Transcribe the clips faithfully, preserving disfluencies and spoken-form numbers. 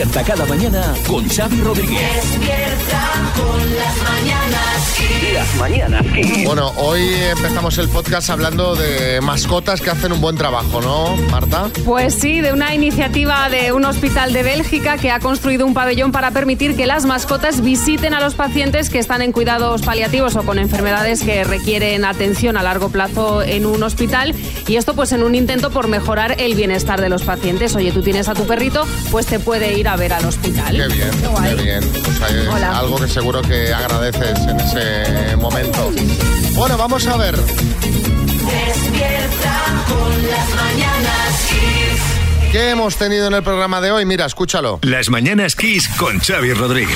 Despierta cada mañana con Xavi Rodríguez. Despierta con las mañanas Kiss. Las mañanas Kiss. Bueno, hoy empezamos el podcast hablando de mascotas que hacen un buen trabajo, ¿no, Marta? Pues sí, de una iniciativa de un hospital de Bélgica que ha construido un pabellón para permitir que las mascotas visiten a los pacientes que están en cuidados paliativos o con enfermedades que requieren atención a largo plazo en un hospital. Y esto pues en un intento por mejorar el bienestar de los pacientes. Oye, tú tienes a tu perrito, pues te puede ir a ver al hospital. Qué bien, qué, qué bien. Pues hay Hola. Algo que seguro que agradeces en ese momento. Bueno, vamos a ver. Despierta con las mañanas Kiss. ¿Qué hemos tenido en el programa de hoy? Mira, escúchalo. Las mañanas Kiss con Xavi Rodríguez.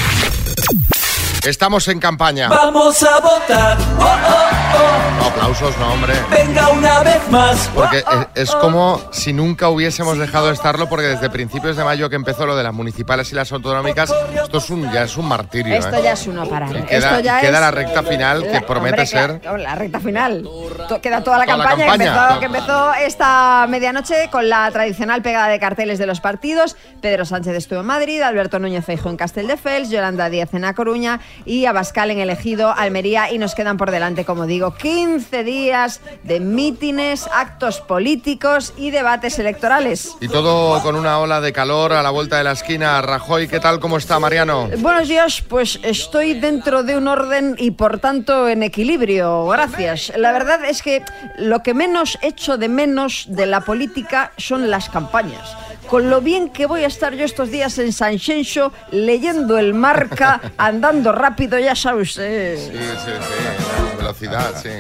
Estamos en campaña. Vamos a votar. Oh, oh, oh. No, aplausos, no, hombre. Venga una vez más. Porque es, es como si nunca hubiésemos dejado de estarlo, porque desde principios de mayo que empezó lo de las municipales y las autonómicas, esto es un, ya es un martirio. Esto ¿eh? ya es uno parar. Y queda, Esto ya queda es la recta final que la, promete hombre, ser... que, la recta final. To, queda toda la Toda la campaña, campaña. Que, empezó, que empezó esta medianoche con la tradicional pegada de carteles de los partidos. Pedro Sánchez estuvo en Madrid, Alberto Núñez Feijóo en Castelldefels, Yolanda Díaz en A Coruña y Abascal en el Ejido, Almería, y nos quedan por delante, como digo, quince días de mítines, actos políticos y debates electorales. Y todo con una ola de calor a la vuelta de la esquina. Rajoy, ¿qué tal? ¿Cómo está, Mariano? Buenos días, pues estoy dentro de un orden y por tanto en equilibrio, gracias. La verdad es que lo que menos echo de menos de la política son las campañas. Con lo bien que voy a estar yo estos días en Sanxenxo, leyendo el Marca, andando rápido, ya sabe usted. Sí, sí, sí, la velocidad, sí.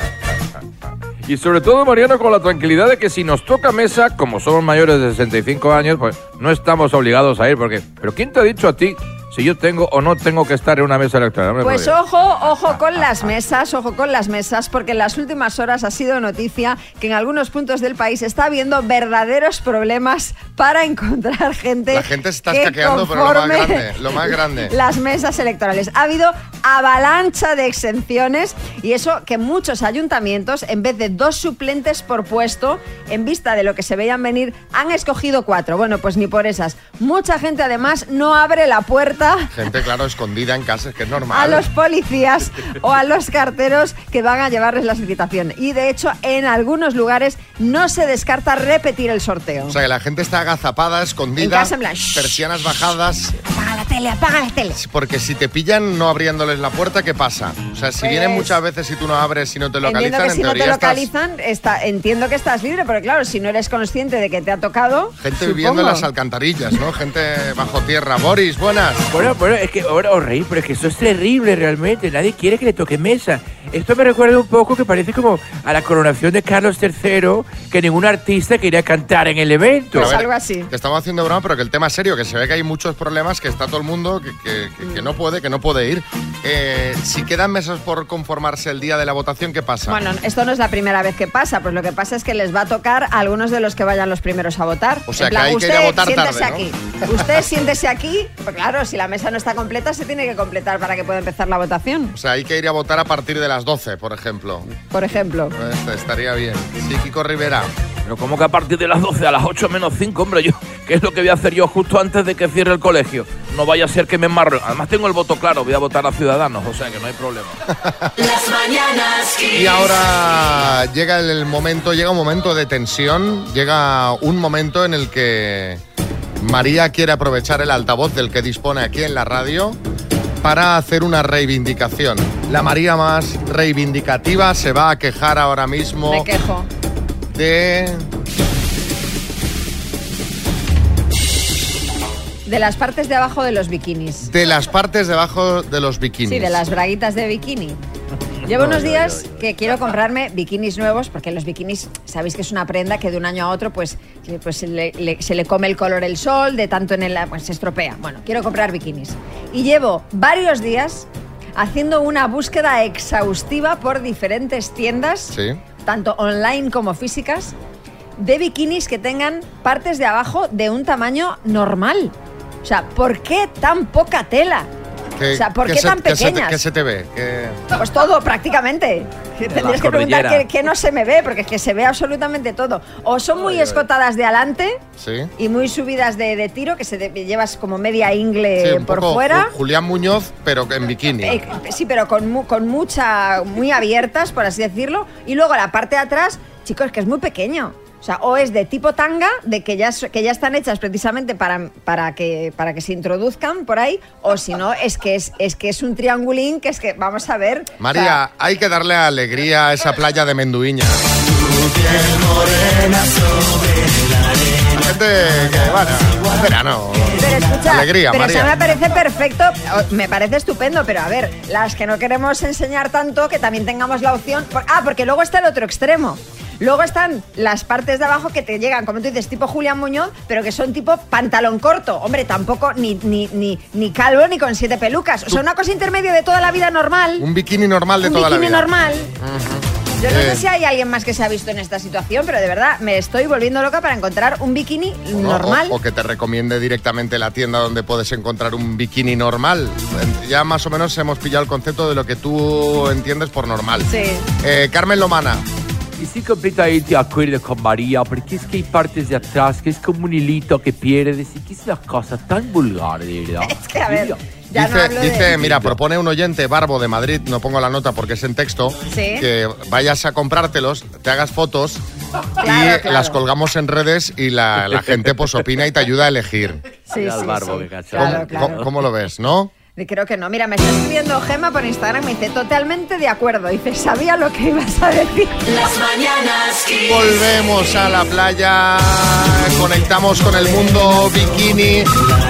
Y sobre todo, Mariano, con la tranquilidad de que si nos toca mesa, como somos mayores de sesenta y cinco años, pues no estamos obligados a ir, porque... ¿Pero quién te ha dicho a ti si yo tengo o no tengo que estar en una mesa electoral? Hombre, Pues por Dios. ojo, ojo con las mesas, ojo con las mesas, porque en las últimas horas ha sido noticia que en algunos puntos del país está habiendo verdaderos problemas para encontrar gente. La gente se está que escaqueando, pero lo más conforme grande, lo más grande. Las mesas electorales. Ha habido avalancha de exenciones y eso que muchos ayuntamientos, en vez de dos suplentes por puesto, en vista de lo que se veían venir, han escogido cuatro. Bueno, pues ni por esas. Mucha gente además no abre la puerta Gente, claro, escondida en casa, es que es normal. a los policías o a los carteros que van a llevarles la citación. Y de hecho, en algunos lugares no se descarta repetir el sorteo. O sea, que la gente está agazapada, escondida, En casa, en plan, shh. persianas bajadas, Apaga la tele, apaga la tele. porque si te pillan no abriéndoles la puerta, ¿qué pasa? O sea, si Pues- vienen muchas veces y tú no abres y no te Entiendo localizan, que en si no teoría te estás... localizan, está, entiendo que estás libre, pero claro, si no eres consciente de que te ha tocado... Gente supongo. viviendo en las alcantarillas, ¿no? Gente bajo tierra. Boris, buenas. Bueno, bueno, es que ahora os reís, pero es que eso es terrible realmente. Nadie quiere que le toque mesa. Esto me recuerda un poco que parece como a la coronación de Carlos tercero, que ningún artista quería cantar en el evento. Pero a Pues ver, algo así. Te estamos haciendo broma, pero que el tema es serio, que se ve que hay muchos problemas, que está todo el mundo que, que, que, que no puede, que no puede ir. Eh, si quedan mesas por conformarse el día de la votación, ¿qué pasa? Bueno, esto no es la primera vez que pasa, pues lo que pasa es que les va a tocar a algunos de los que vayan los primeros a votar. O sea, En que plan, hay que usted ir a votar siéntese tarde, aquí. Usted siéntese aquí, pues claro, si la mesa no está completa, se tiene que completar para que pueda empezar la votación, O sea, hay que ir a votar a partir de las doce, por ejemplo. por ejemplo. Este, estaría bien. Sí, Kiko Rivera. Pero como que a partir de las doce, a las ocho menos cinco, hombre, yo, ¿qué es lo que voy a hacer yo justo antes de que cierre el colegio? No vaya a ser que me embarre. Además tengo el voto claro, voy a votar a Ciudadanos, o sea que no hay problema. Las mañanas Kiss. Y ahora llega el momento, llega un momento de tensión, llega un momento en el que María quiere aprovechar el altavoz del que dispone aquí en la radio para hacer una reivindicación. La María más reivindicativa se va a quejar ahora mismo Me quejo. de... De las partes de abajo de los bikinis. de las partes debajo de los bikinis. Sí, de las braguitas de bikini. Llevo unos días que quiero comprarme bikinis nuevos, porque los bikinis, sabéis que es una prenda que de un año a otro pues, pues se, le, le, se le come el color el sol, de tanto en el... pues se estropea. Bueno, quiero comprar bikinis. Y llevo varios días haciendo una búsqueda exhaustiva por diferentes tiendas, Sí. tanto online como físicas, de bikinis que tengan partes de abajo de un tamaño normal. O sea, ¿por qué tan poca tela? ¿Qué, O sea, ¿por qué se, tan qué se te- pequeñas? ¿Qué se te ve? ¿Qué- Pues todo, prácticamente. Tendrías que preguntar qué, qué no se me ve, porque es que se ve absolutamente todo. O son muy escotadas de adelante Sí. y muy subidas de, de tiro, que se de- llevas como media ingle Sí, un por poco fuera. Ju- Julián Muñoz, pero en bikini. Eh, sí, pero con, mu- con mucha, muy abiertas, por así decirlo. Y luego la parte de atrás, chicos, que es muy pequeño. O sea, o es de tipo tanga, de que ya, s- que ya están hechas precisamente para, para, que, para que se introduzcan por ahí, o si no, es que es, es que es un triangulín que es que, vamos a ver. María, o sea, hay que darle alegría a esa playa de Menduiña. La gente que, bueno, verano. pero escucha, Alegría, pero María. eso me parece perfecto, o- me parece estupendo, pero a ver, las que no queremos enseñar tanto, que también tengamos la opción. por- ah, porque luego está el otro extremo. Luego están las partes de abajo que te llegan, como tú dices, tipo Julián Muñoz, pero que son tipo pantalón corto. Hombre, tampoco ni, ni, ni, ni calvo ni con siete pelucas. O sea, una cosa intermedia de toda la vida normal. Un bikini normal de un toda la bikini vida. normal. Yo no Eh. sé si hay alguien más que se ha visto en esta situación, pero de verdad me estoy volviendo loca para encontrar un bikini O no, normal. O, o que te recomiende directamente la tienda donde puedes encontrar un bikini normal. Ya más o menos hemos pillado el concepto de lo que tú entiendes por normal. Sí. Eh, Carmen Lomana. Y sí, completamente de acuerdo con María, porque es que hay partes de atrás que es como un hilito que pierdes y que es una cosa tan vulgar, de verdad. Es que, a ver, Mira. ya no dice, hablo dice, de... mira, propone un oyente, Barbo de Madrid, no pongo la nota porque es en texto, Sí. que vayas a comprártelos, te hagas fotos Claro, y claro. las colgamos en redes y la, la gente pues opina y te ayuda a elegir. Sí, Mira sí, al barbo, sí. que cacho. ¿Cómo, Claro, claro. cómo- cómo lo ves, no? Y creo que no. Mira, me está escribiendo Gema por Instagram, me dice totalmente de acuerdo. Dice, sabía lo que ibas a decir. Las mañanas Kiss. Volvemos a la playa, conectamos con el mundo bikini.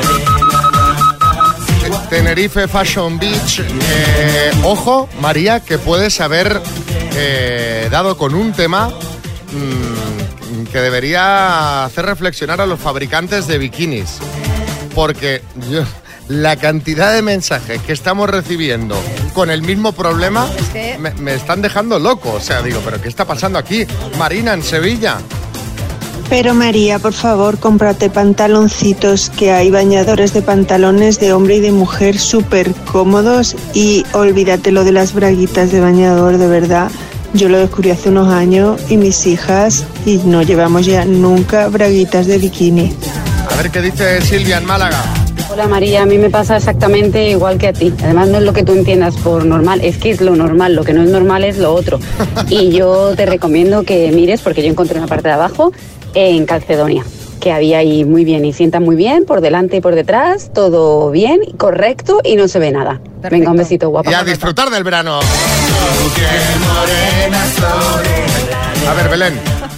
Tenerife Fashion Beach. Eh, ojo, María, que puedes haber eh, dado con un tema mmm, que debería hacer reflexionar a los fabricantes de bikinis. Porque yo, la cantidad de mensajes que estamos recibiendo con el mismo problema Es que- me, me están dejando loco. O sea, digo, ¿pero qué está pasando aquí? Marina, en Sevilla. Pero María, por favor, cómprate pantaloncitos, que hay bañadores de pantalones de hombre y de mujer súper cómodos, y olvídate lo de las braguitas de bañador, de verdad. Yo lo descubrí hace unos años y mis hijas, y no llevamos ya nunca braguitas de bikini. A ver qué dice Silvia en Málaga. Hola María, a mí me pasa exactamente igual que a ti. Además no es lo que tú entiendas por normal, es que es lo normal, lo que no es normal es lo otro. Y yo te recomiendo que mires, porque yo encontré una parte de abajo en Calcedonia, que había ahí muy bien y sienta muy bien, por delante y por detrás, todo bien, correcto y no se ve nada. Venga, un besito, guapa. Y a disfrutar del verano. A ver, Belén.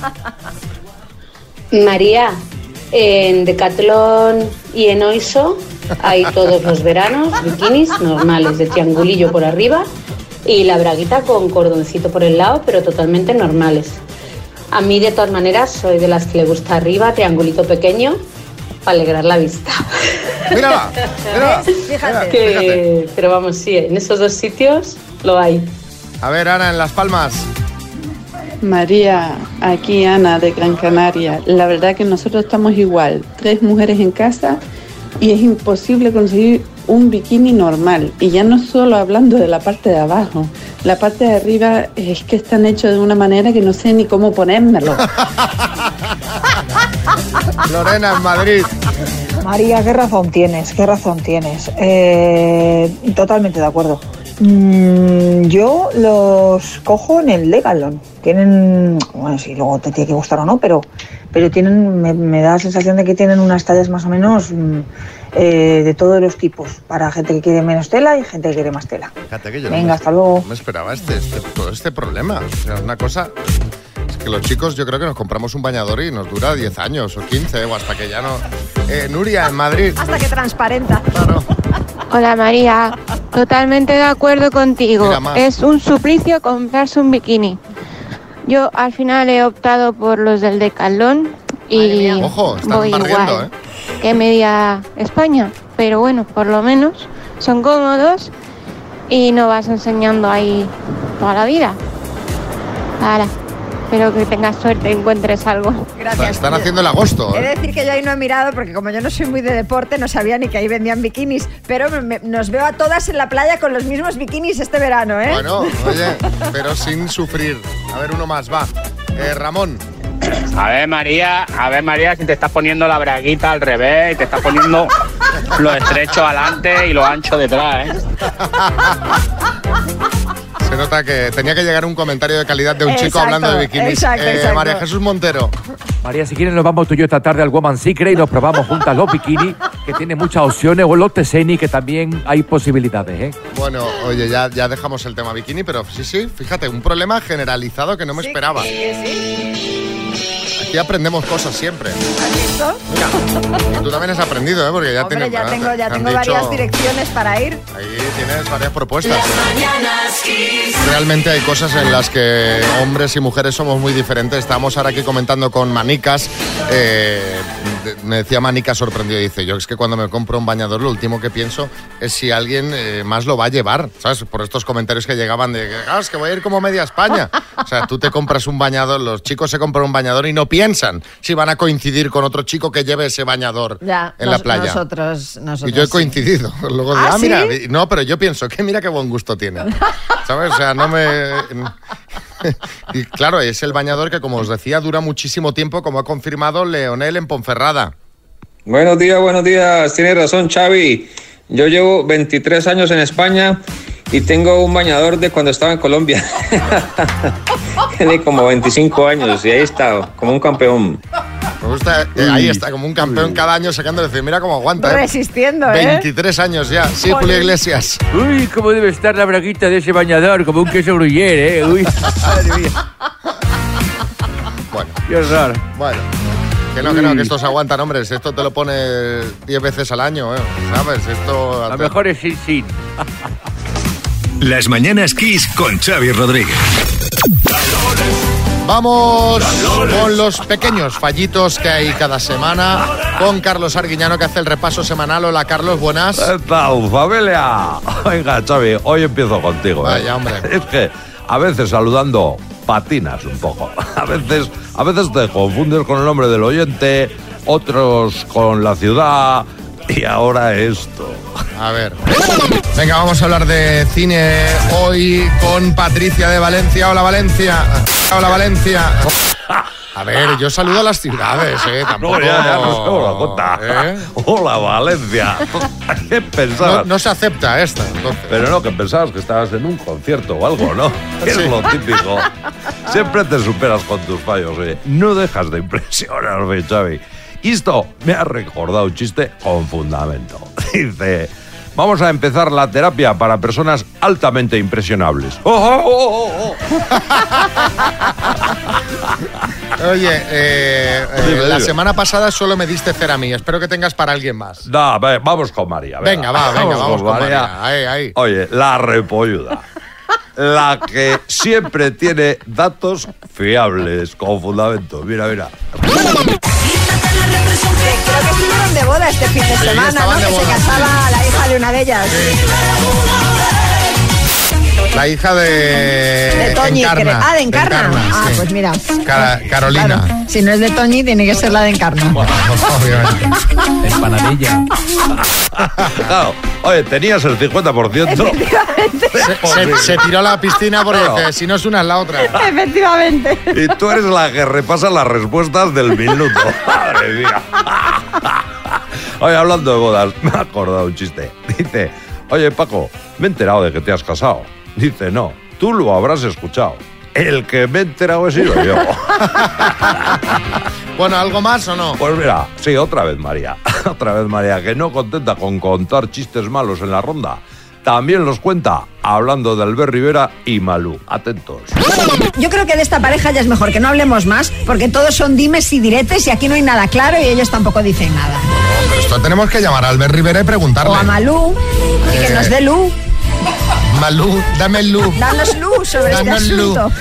María, en Decathlon y en Oiso hay todos los veranos bikinis normales de triangulillo por arriba y la braguita con cordoncito por el lado, pero totalmente normales. A mí, de todas maneras, soy de las que le gusta arriba, triangulito pequeño, para alegrar la vista. Mírala, mírala. Fíjate. Que- pero vamos, sí, en esos dos sitios lo hay. A ver, Ana, en Las Palmas. María, aquí Ana de Gran Canaria. La verdad que nosotros estamos igual, tres mujeres en casa y es imposible conseguir un bikini normal. Y ya no solo hablando de la parte de abajo, la parte de arriba es que están hechos de una manera que no sé ni cómo ponérmelo. Lorena, en Madrid. María, ¿qué razón tienes? ¿Qué razón tienes? Eh, totalmente de acuerdo. Mm, yo los cojo en el Decathlon. Tienen, bueno, si luego te tiene que gustar o no, pero, pero tienen, me, me da la sensación de que tienen unas tallas más o menos mm, eh, de todos los tipos, para gente que quiere menos tela y gente que quiere más tela. Fíjate que yo Venga, no me, hasta luego. no me esperaba este, este- todo este problema. O sea, una cosa... Es que los chicos, yo creo que nos compramos un bañador y nos dura diez años o quince, o hasta que ya no... Eh, Nuria, en Madrid. Hasta que transparenta. Claro. Hola María, totalmente de acuerdo contigo. Mira más. Es un suplicio comprarse un bikini. Yo al final he optado por los del Decathlon y Ojo, están voy barriendo, igual ¿eh? que media España. Pero bueno, por lo menos son cómodos y no vas enseñando ahí toda la vida. Ahora, Espero que tengas suerte y encuentres algo. Gracias. Están haciendo el agosto. He de ¿eh? decir que yo ahí no he mirado porque como yo no soy muy de deporte no sabía ni que ahí vendían bikinis, pero me, me, nos veo a todas en la playa con los mismos bikinis este verano, ¿eh? Bueno, oye, pero sin sufrir. A ver, uno más, va. Eh, Ramón. A ver, María, a ver, María, si te estás poniendo la braguita al revés y te estás poniendo lo estrecho adelante y lo ancho detrás, ¿eh? Se nota que tenía que llegar un comentario de calidad de un Exacto, chico hablando de bikinis. exacto, Eh, exacto. María Jesús Montero. María, si quieren nos vamos tú y yo esta tarde al Woman Secret y nos probamos juntas los bikinis, que tiene muchas opciones, o los Teseni, que también hay posibilidades, ¿eh? Bueno, oye, ya, ya dejamos el tema bikini, pero sí, sí, fíjate, un problema generalizado que no me Sí, esperaba. sí, sí. Aquí aprendemos cosas siempre. ¿Has visto? Y tú también has aprendido, ¿eh? Porque ya Hombre, tienes- ya tengo, ya te han tengo dicho- varias direcciones para ir. Ahí tienes varias propuestas. Las mañanas Kiss. Realmente hay cosas en las que hombres y mujeres somos muy diferentes. Estamos ahora aquí comentando con Manicas. Eh, de- me decía Manicas sorprendido, dice, yo es que cuando me compro un bañador lo último que pienso es si alguien eh, más lo va a llevar, ¿sabes? Por estos comentarios que llegaban de, ah, es que voy a ir como media España. O sea, tú te compras un bañador, los chicos se compran un bañador y no piensan si van a coincidir con otro chico que lleve ese bañador Ya, en nos- la playa. Nosotros, nosotros. Y yo he sí. coincidido. Luego de, ¿Ah, ah, mira, sí? no, pero yo pienso que mira qué buen gusto tiene. ¿Sabes? O sea, no me... Y claro, es el bañador que, como os decía, dura muchísimo tiempo, como ha confirmado Leonel en Ponferrada. Buenos días, buenos días. Tienes razón, Xavi. Yo llevo veintitrés años en España y tengo un bañador de cuando estaba en Colombia. Tiene como veinticinco años y ahí está, como un campeón. Me gusta, eh, ahí está, como un campeón cada año sacándole, decir, mira cómo aguanta. ¿eh? Resistiendo, ¿eh? veintitrés años ya. Sí, Joder. Julio Iglesias. Uy, cómo debe estar la braguita de ese bañador, como un queso gruyere, ¿eh? Uy, madre mía. Bueno, Qué raro. bueno. Que no, que no, que estos aguantan, hombres. Esto te lo pones diez veces al año, ¿eh? ¿Sabes? Esto... A lo mejor es sin sin. Las mañanas Kiss con Xavi Rodríguez. Vamos con los pequeños fallitos que hay cada semana con Carlos Arguiñano, que hace el repaso semanal. Hola, Carlos, buenas. ¿Qué tal, familia? Venga, Xavi, hoy empiezo contigo. ¿eh? Vaya, hombre. Es que a veces saludando patinas un poco. A veces, a veces te confundes con el nombre del oyente, otros con la ciudad y ahora esto. A ver. Venga, vamos a hablar de cine hoy con Patricia de Valencia. Hola, Valencia. Hola, Valencia. A ver, yo saludo a las ciudades, ¿eh? Tampoco... No, ya, ya no se la cuenta. ¿Eh? Hola, Valencia. ¿Qué pensabas? No, no se acepta esta, entonces. Pero no, que pensabas que estabas en un concierto o algo, ¿no? Que es Sí. lo típico. Siempre te superas con tus fallos, ¿eh? No dejas de impresionarme, Xavi. Y esto me ha recordado un chiste con fundamento. Dice, vamos a empezar la terapia para personas altamente impresionables. ¡Oh, oh, oh, oh! Oye, eh, eh, Dime, la dime. semana pasada solo me diste cera a mí. Espero que tengas para alguien más. Da, ve, vamos con María. Venga, va, venga, vamos con María. Ahí, ahí. Oye, la repolluda. La que siempre tiene datos fiables, con fundamento. Mira, mira. Creo que estuvieron de boda este fin de Sí, semana, ¿no? estaban de Que se boda, casaba la hija de una de ellas. La hija de... De Toñi. Encarna. cre- Ah, de Encarna. ah, sí. pues mira. Cara- Carolina. Claro, si no es de Toñi, tiene que ser la de Encarna. Obviamente. Empanadilla. Claro, oye, tenías el cincuenta por ciento. Efectivamente. Se, se- se tiró a la piscina porque Claro. dice, si no es una es la otra. Efectivamente. Y tú eres la que repasa las respuestas del minuto. Madre mía. Oye, hablando de bodas, me ha acordado un chiste. Dice, oye, Paco, me he enterado de que te has casado. Dice, no, tú lo habrás escuchado. El que me he enterado he sido yo. Bueno, ¿algo más o no? Pues mira, sí, otra vez María. Otra vez María, que no contenta con contar chistes malos en la ronda, también los cuenta hablando de Albert Rivera y Malú. Atentos. Yo creo que de esta pareja ya es mejor que no hablemos más, porque todos son dimes y diretes y aquí no hay nada claro y ellos tampoco dicen nada. Pero esto tenemos que llamar a Albert Rivera y preguntarle. O a Malú, y que Eh. nos dé luz. Malú, dame luz. Danos luz sobre Danos este luz. asunto.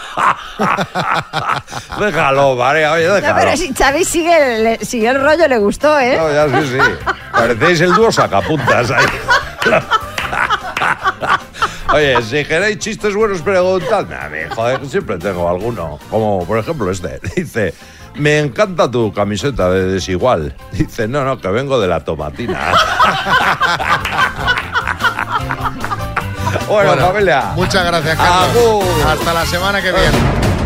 Déjalo, María, oye, No, déjalo. pero si Xavi sigue, le- siguió el rollo, le gustó, ¿eh? No, ya sí, sí. Parecéis el dúo sacapuntas ahí. Oye, si queréis chistes buenos, preguntadme a mí. Joder, siempre tengo alguno. Como, por ejemplo, este. Dice, me encanta tu camiseta de Desigual. Dice, no, no, que vengo de la tomatina. Bueno, bueno, familia. Muchas gracias, Carlos. Agur. Hasta la semana que viene.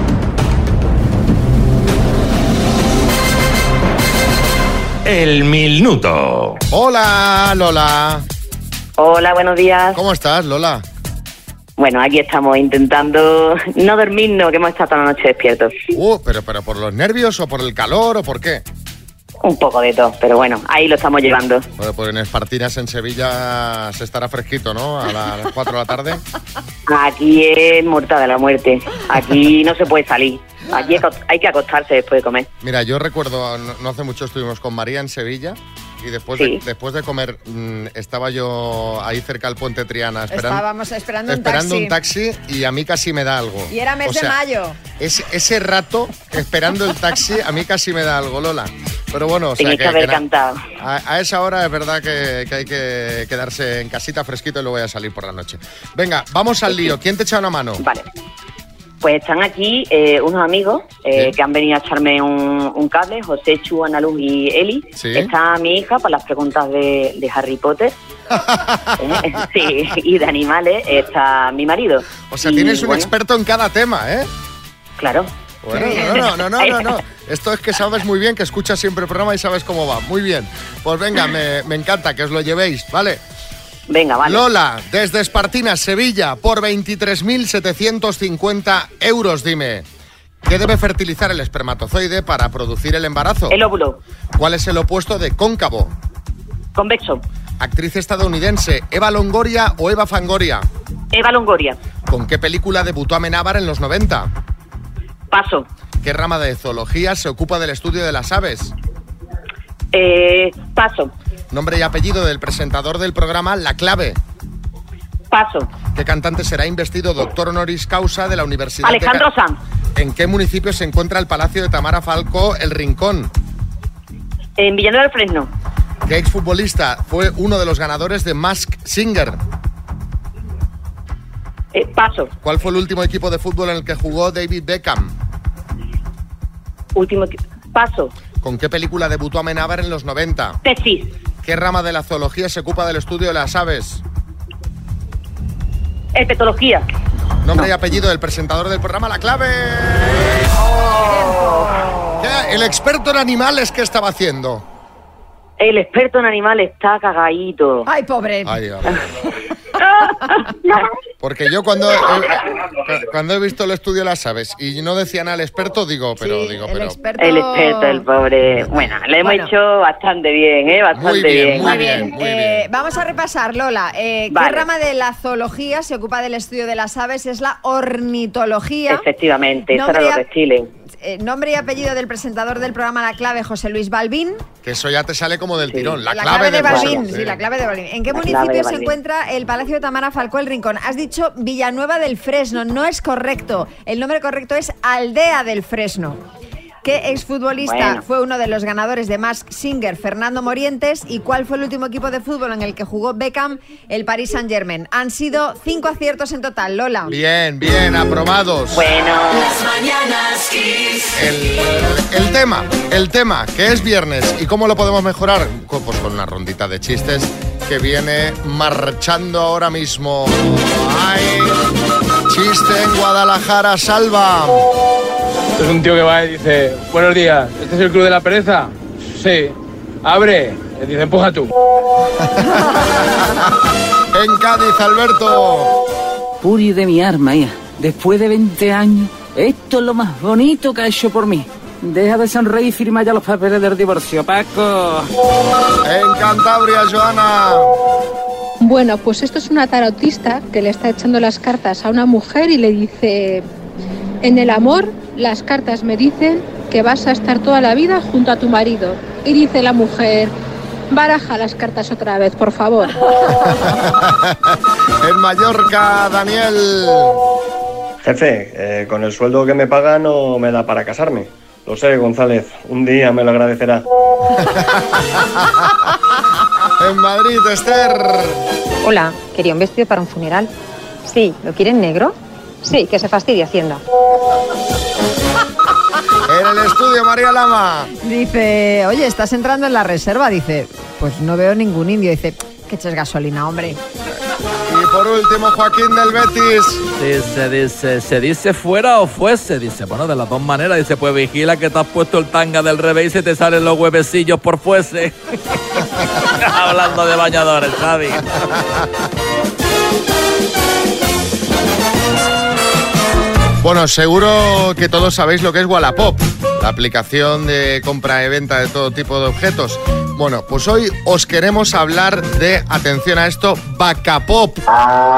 El minuto. Hola, Lola. Hola, buenos días. ¿Cómo estás, Lola? Bueno, aquí estamos intentando no dormirnos, que hemos estado toda la noche despiertos. Uh, pero, pero ¿por los nervios o por el calor o por qué? Un poco de todo, pero bueno, ahí lo estamos llevando. Bueno, pues en Espartinas, en Sevilla, se estará fresquito, ¿no? A las cuatro de la tarde. Aquí es mortada la muerte. Aquí no se puede salir. Aquí hay que acostarse después de comer. Mira, yo recuerdo, no, no hace mucho estuvimos con María en Sevilla y después, sí. de, después de comer mmm, estaba yo ahí cerca del Puente Triana esperando, Estábamos esperando un esperando taxi. un taxi y a mí casi me da algo. Y era mes o sea, de mayo. Ese, ese rato esperando el taxi a mí casi me da algo, Lola. Pero bueno, o sea, Tenéis que, que haber que cantado. A, a esa hora es verdad que, que hay que quedarse en casita fresquito y luego voy a salir por la noche. Venga, vamos al lío. ¿Quién te echa una mano? Vale. Pues están aquí eh, unos amigos eh, que han venido a echarme un, un cable, José, Chu, Ana Luz y Eli. ¿Sí? Está mi hija para las preguntas de, de Harry Potter. eh, sí, y de animales está mi marido. O sea, y, tienes un bueno, experto en cada tema, ¿eh? Claro. Bueno, no, no, no, no, no, no. Esto es que sabes muy bien, que escuchas siempre el programa y sabes cómo va. Muy bien. Pues venga, me, me encanta que os lo llevéis, ¿vale? Venga, vale. Lola, desde Espartinas, Sevilla, por veintitrés mil setecientos cincuenta euros, dime. ¿Qué debe fertilizar el espermatozoide para producir el embarazo? El óvulo. ¿Cuál es el opuesto de cóncavo? Convexo. Actriz estadounidense, ¿Eva Longoria o Eva Fangoria? Eva Longoria. ¿Con qué película debutó Amenábar en los noventa? Paso. ¿Qué rama de zoología se ocupa del estudio de las aves? Eh, paso. Nombre y apellido del presentador del programa La Clave. Paso. ¿Qué cantante será investido doctor honoris causa de la Universidad Alejandro de Ca- Sanz. ¿En qué municipio se encuentra el Palacio de Tamara Falcó, El Rincón? En Villanueva del Fresno. ¿Qué exfutbolista fue uno de los ganadores de Masked Singer? Eh, paso. ¿Cuál fue el último equipo de fútbol en el que jugó David Beckham? Último. Paso. ¿Con qué película debutó Amenábar en los noventa? Tesis. ¿Qué rama de la zoología se ocupa del estudio de las aves? Herpetología. Nombre No. y apellido del presentador del programa La Clave. ¿Qué? El experto en animales, ¿qué estaba haciendo? El experto en animales está cagadito. Ay, pobre. Ay, a ver. Porque yo cuando he, cuando he visto el estudio de las aves y no decían al experto, digo, pero Sí, digo, el pero experto... El experto, el pobre. Bueno, le hemos Bueno. hecho bastante bien, ¿eh? Bastante Muy bien, bien. muy Muy bien, bien, muy eh, bien. vamos a repasar, Lola. Eh, ¿Qué Vale. rama de la zoología se ocupa del estudio de las aves? Es la ornitología. Efectivamente, eso Nombre era y los a- reptiles. Eh, nombre y apellido del presentador del programa La Clave, José Luis Balbín. que eso ya te sale como del tirón. La, La clave, clave de del Balbín, pueblo, sí, la clave de Balbín. ¿En qué La clave municipio de se Balbín. encuentra el Palacio de Tamara Falcó, El Rincón? Has dicho Villanueva del Fresno, no es correcto. El nombre correcto es Aldea del Fresno. ¿Qué exfutbolista Bueno. fue uno de los ganadores de Masked Singer, Fernando Morientes? ¿Y cuál fue el último equipo de fútbol en el que jugó Beckham? El Paris Saint-Germain. Han sido cinco aciertos en total, Lola. Bien, bien, aprobados. Bueno. Las mañanas Kiss. El, el tema, el tema, que es viernes. ¿Y cómo lo podemos mejorar? Co- Pues con una rondita de chistes que viene marchando ahora mismo. ¡Ay! Chiste en Guadalajara, Salva. Es un tío que va y dice, buenos días, ¿este es el club de la pereza? Sí. Abre. Le dice, empuja tú. En Cádiz, Alberto. Puri de mi arma, hija. Después de veinte años, esto es lo más bonito que ha hecho por mí. Deja de sonreír y firma ya los papeles del divorcio, Paco. En Cantabria, Joana. Bueno, pues esto es una tarotista que le está echando las cartas a una mujer y le dice, en el amor las cartas me dicen que vas a estar toda la vida junto a tu marido. Y dice la mujer, baraja las cartas otra vez, por favor. En Mallorca, Daniel. Jefe, eh, con el sueldo que me paga no me da para casarme. Lo sé, González, un día me lo agradecerá. En Madrid, Esther. Hola, quería un vestido para un funeral. Sí, ¿lo quieren negro? Sí, que se fastidie Hacienda. En el estudio, María Lama. Dice, oye, ¿estás entrando en la reserva? Dice, pues no veo ningún indio. Dice, que eches gasolina, hombre. Y por último, Joaquín del Betis. Dice, dice, ¿se dice fuera o fuese? Dice, bueno, de las dos maneras. Dice, pues vigila que te has puesto el tanga del revés y se te salen los huevecillos por fuese. Hablando de bañadores, Javi. Bueno, seguro que todos sabéis lo que es Wallapop, la aplicación de compra y venta de todo tipo de objetos. Bueno, pues hoy os queremos hablar de, atención a esto, Vacapop. Sí,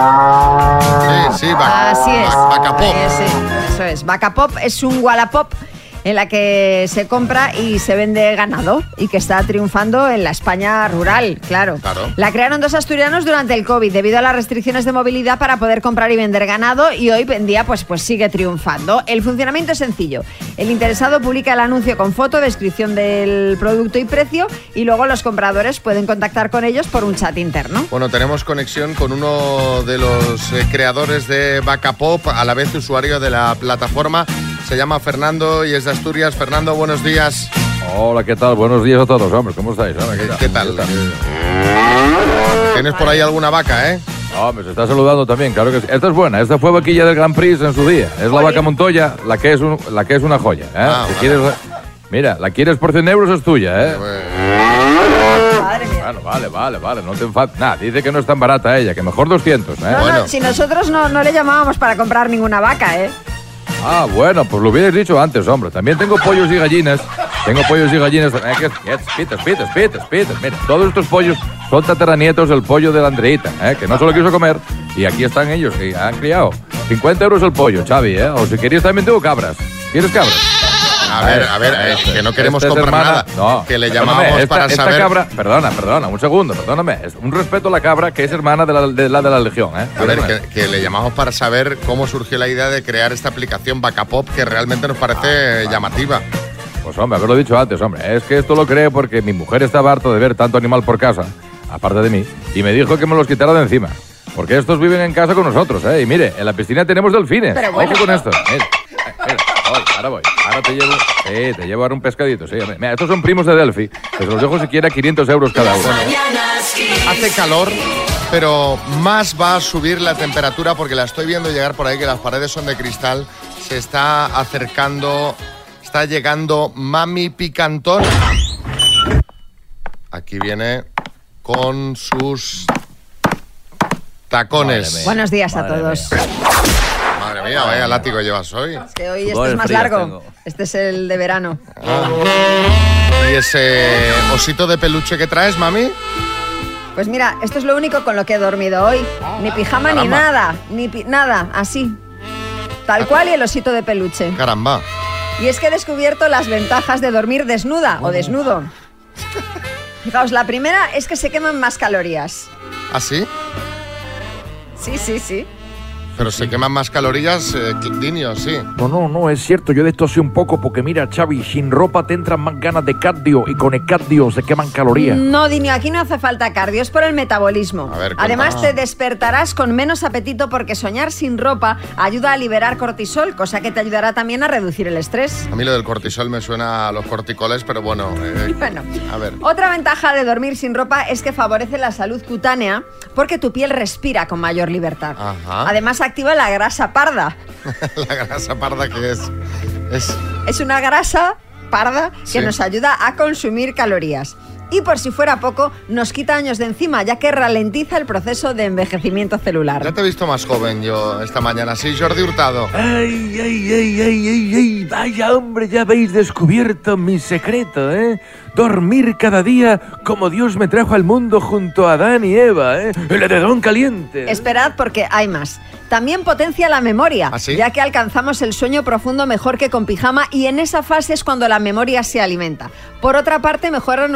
sí, va, Así es. va, Vacapop. Eh, sí, eso es. Vacapop es un Wallapop en la que se compra y se vende ganado y que está triunfando en la España rural, claro. Claro. La crearon dos asturianos durante el COVID debido a las restricciones de movilidad para poder comprar y vender ganado y hoy en día pues, pues sigue triunfando. El funcionamiento es sencillo. El interesado publica el anuncio con foto, descripción del producto y precio y luego los compradores pueden contactar con ellos por un chat interno. Bueno, tenemos conexión con uno de los eh, creadores de Vacapop, a la vez usuario de la plataforma. Se llama Fernando y es de Asturias. Fernando, buenos días. Hola, ¿qué tal? Buenos días a todos, hombre. ¿Cómo estáis? Hombre, ¿qué tal? ¿Qué tal? ¿Qué tal? Tienes por ahí alguna vaca, ¿eh? No, me se está saludando también, claro que sí. Esta es buena, esta fue vaquilla del Grand Prix en su día. Es la Oye. vaca Montoya, la que es, un, la que es una joya, ¿eh? Ah, si vale. quieres, mira, la quieres por cien euros es tuya, ¿eh? Madre mía. Bueno, vale, vale, vale, no te enfades. Nada, dice que no es tan barata ella, que mejor doscientos, ¿eh? No, Bueno. no, si nosotros no, no le llamábamos para comprar ninguna vaca, ¿eh? Ah, bueno, pues lo hubierais dicho antes, hombre. También tengo pollos y gallinas. Tengo pollos y gallinas. Eh, que- que- Pitas, pitas, pitas, pitas. Mira, todos estos pollos son tataranietos del pollo de la Andreita, ¿eh? Que no se lo quiso comer. Y aquí están ellos, que han criado. cincuenta euros el pollo, Xavi, ¿eh? O si querías también tengo cabras. ¿Quieres cabras? A ver, a ver, eh, que no queremos Esta es comprar hermana- nada. No, Que le perdóname, llamamos esta, para esta saber... cabra, perdona, perdona, un segundo, perdóname. Es un respeto a la cabra que es hermana de la de la, de la Legión, ¿eh? A ver, Perdóname. que, que le llamamos para saber cómo surgió la idea de crear esta aplicación Vacapop, que realmente nos parece llamativa. Pues hombre, haberlo dicho antes, hombre. Es que esto lo creé porque mi mujer estaba harto de ver tanto animal por casa, aparte de mí, y me dijo que me los quitara de encima. Porque estos viven en casa con nosotros, ¿eh? Y mire, en la piscina tenemos delfines. Pero bueno. Ojo con esto. Mira, mira, voy, ahora voy. Ahora te llevo... Sí, te llevo ahora un pescadito, sí. Mira, estos son primos de Delphi. Que se los dejo siquiera quinientos euros cada uno. Mañanas Kiss. Hace calor, pero más va a subir la temperatura porque la estoy viendo llegar por ahí, que las paredes son de cristal. Se está acercando, está llegando Mami Picantón. Aquí viene con sus tacones. Buenos días a todos. Madre mía, vaya látigo llevas hoy. Es que hoy Sudor este es el más frío largo. tengo. Este es el de verano. ¿Y ese osito de peluche que traes, mami? Pues mira, esto es lo único con lo que he dormido hoy. Ni pijama ni Caramba. nada. Ni pi- nada, así. Tal cual y el osito de peluche. Caramba. Y es que he descubierto las ventajas de dormir desnuda o desnudo. Fijaos, la primera es que se queman más calorías. ¿Así? Sí, sí, sí. Pero se queman más calorías, eh, Dinio, sí. No, no, no, es cierto, yo de esto sé un poco porque mira, Xavi, sin ropa te entran más ganas de cardio y con el cardio se queman calorías. No, Dinio, aquí no hace falta cardio, es por el metabolismo. A ver, ¿cómo? Además, Ah. te despertarás con menos apetito porque soñar sin ropa ayuda a liberar cortisol, cosa que te ayudará también a reducir el estrés. A mí lo del cortisol me suena a los corticoles, pero bueno. eh, Bueno, a ver. otra ventaja de dormir sin ropa es que favorece la salud cutánea porque tu piel respira con mayor libertad. Ajá. Además, activa la grasa parda. La grasa parda que es. Es. Es una grasa parda que Sí. nos ayuda a consumir calorías. Y por si fuera poco, nos quita años de encima, ya que ralentiza el proceso de envejecimiento celular. Ya te he visto más joven yo esta mañana. Sí, Jordi Hurtado. Ay, ay, ay, ay, ay, ay, vaya hombre, ya habéis descubierto mi secreto, ¿eh? Dormir cada día como Dios me trajo al mundo junto a Adán y Eva, ¿eh? El edredón caliente. Esperad porque hay más. También potencia la memoria, ¿Ah, sí? ya que alcanzamos el sueño profundo mejor que con pijama y en esa fase es cuando la memoria se alimenta. Por otra parte, mejora nu- nuestra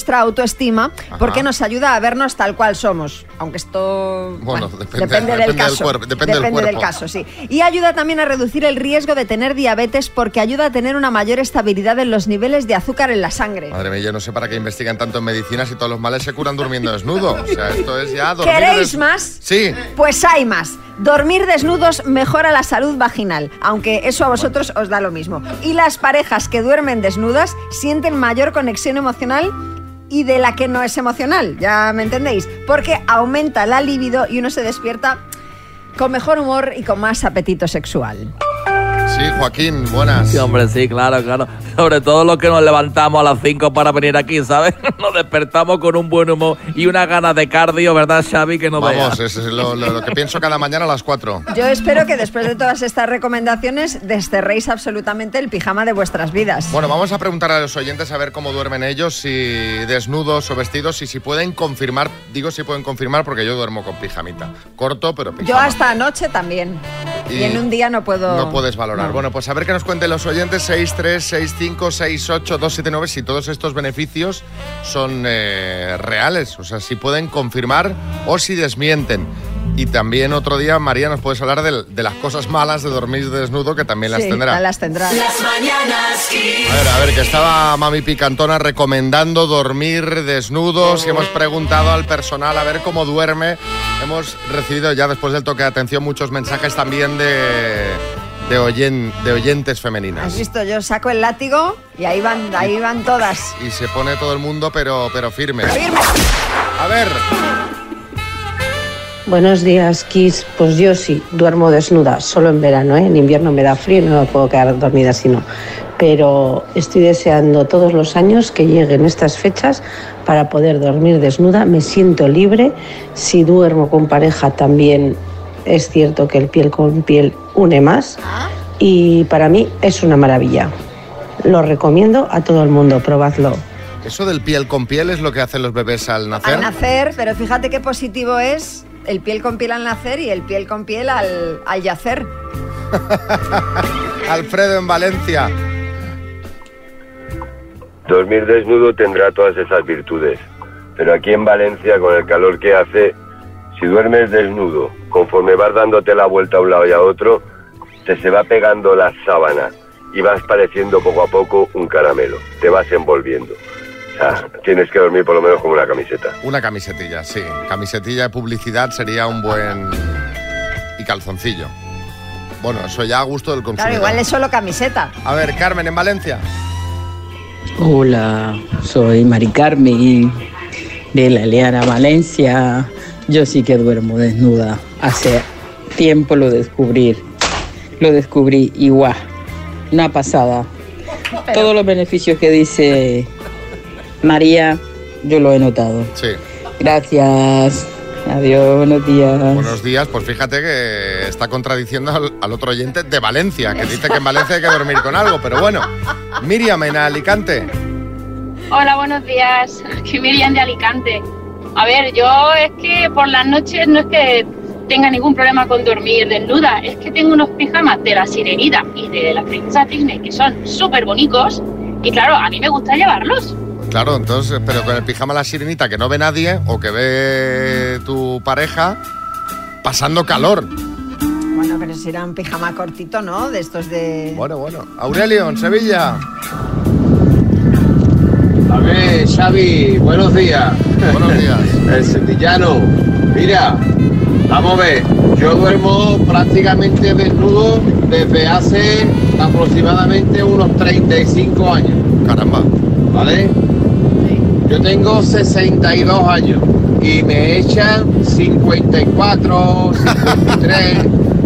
nuestra autoestima, Ajá. porque nos ayuda a vernos tal cual somos. Aunque esto Bueno, bueno, depende- depende, del depende del caso. cuerpo, depende del cuerpo. caso, sí. Y ayuda también a reducir el riesgo de tener diabetes porque ayuda a tener una mayor estabilidad en los niveles de azúcar en la sangre. Madre mía, yo no sé para qué investigan tanto en medicina si todos los males se curan durmiendo desnudo. O sea, esto es ya dormir ¿Queréis des- más? Sí. Pues hay más. Dormir desnudos mejora la salud vaginal, aunque eso a vosotros os da lo mismo. Y las parejas que duermen desnudas sienten mayor conexión emocional y de la que no es emocional, ¿ya me entendéis? Porque aumenta la libido y uno se despierta con mejor humor y con más apetito sexual. Sí, Joaquín, buenas. Sí, hombre, sí, claro, claro. Sobre todo los que nos levantamos a las cinco para venir aquí, ¿sabes? Nos despertamos con un buen humor y una ganas de cardio, ¿verdad, Xavi? Que no Vamos, veas. es lo, lo- lo que pienso cada mañana a las cuatro. Yo espero que después de todas estas recomendaciones desterréis absolutamente el pijama de vuestras vidas. Bueno, vamos a preguntar a los oyentes a ver cómo duermen ellos, si desnudos o vestidos, y si pueden confirmar, digo si pueden confirmar porque yo duermo con pijamita. Corto, pero pijama. Yo hasta anoche también. Y, Y en un día no puedo... No puedes valorar. No. Bueno, pues a ver qué nos cuenten los oyentes. Seis tres seis cinco seis ocho dos siete nueve, si todos estos beneficios son eh, reales, o sea, si pueden confirmar o si desmienten. Y también otro día, María, nos puedes hablar de, de las cosas malas de dormir desnudo, que también las Sí, tendrá. las tendrá. Las mañanas Kiss. A ver, a ver, que estaba Mami Picantona recomendando dormir desnudos y hemos preguntado al personal a ver cómo duerme. Hemos recibido ya después del toque de atención muchos mensajes también de, de, oyen- de oyentes ¿Has femeninas. visto? Yo saco el látigo y ahí van, ahí van todas. Y se pone todo el mundo, pero, pero firme. ¡Firme! A ver, Buenos días, Kiss. Pues yo sí, duermo desnuda, solo en verano, ¿eh? En invierno me da frío y no me puedo quedar dormida así, no. Pero estoy deseando todos los años que lleguen estas fechas para poder dormir desnuda. Me siento libre. Si duermo con pareja también es cierto que el piel con piel une más. Y para mí es una maravilla. Lo recomiendo a todo el mundo, probadlo. eso del piel con piel es lo que hacen los bebés al nacer. Al nacer, pero fíjate qué positivo es el piel con piel al nacer y el piel con piel al, al yacer. Alfredo en Valencia. Dormir desnudo tendrá todas esas virtudes, pero aquí en Valencia, con el calor que hace, si duermes desnudo, conforme vas dándote la vuelta a un lado y a otro, te se va pegando la sábana y vas pareciendo poco a poco un caramelo, te vas envolviendo. O sea, tienes que dormir por lo menos como una camiseta. Una camisetilla, sí. Camisetilla de publicidad sería un buen... Y calzoncillo. Bueno, eso ya a gusto del consumidor. Claro, igual es solo camiseta. A ver, Carmen, en Valencia. Hola, soy Mari Carmen de la Leana, Valencia. Yo sí que duermo desnuda. Hace tiempo lo descubrí. Lo descubrí y guau, una pasada. Pero- Todos los beneficios que dice María, yo lo he notado. Sí. Gracias. Adiós, buenos días. Buenos días, pues fíjate que está contradiciendo al, al otro oyente de Valencia, que dice que en Valencia hay que dormir con algo, pero bueno. Miriam, en Alicante. Hola, buenos días. Aquí Miriam de Alicante. A ver, yo es que por las noches no es que tenga ningún problema con dormir desnuda, es que tengo unos pijamas de la Sirenita y de la princesa Disney que son súper bonitos y claro, a mí me gusta llevarlos. Claro, entonces, pero con el pijama La Sirenita que no ve nadie o que ve tu pareja pasando calor. Bueno, pero será un pijama cortito, ¿no? De estos de... Bueno, bueno. Aurelio, en Sevilla. A ver, Xavi, buenos días. Buenos días. El sevillano. Mira, vamos a ver. Yo duermo prácticamente desnudo desde hace aproximadamente unos treinta y cinco años. Caramba. ¿Vale? Yo tengo sesenta y dos años y me echan cincuenta y cuatro, cincuenta y tres.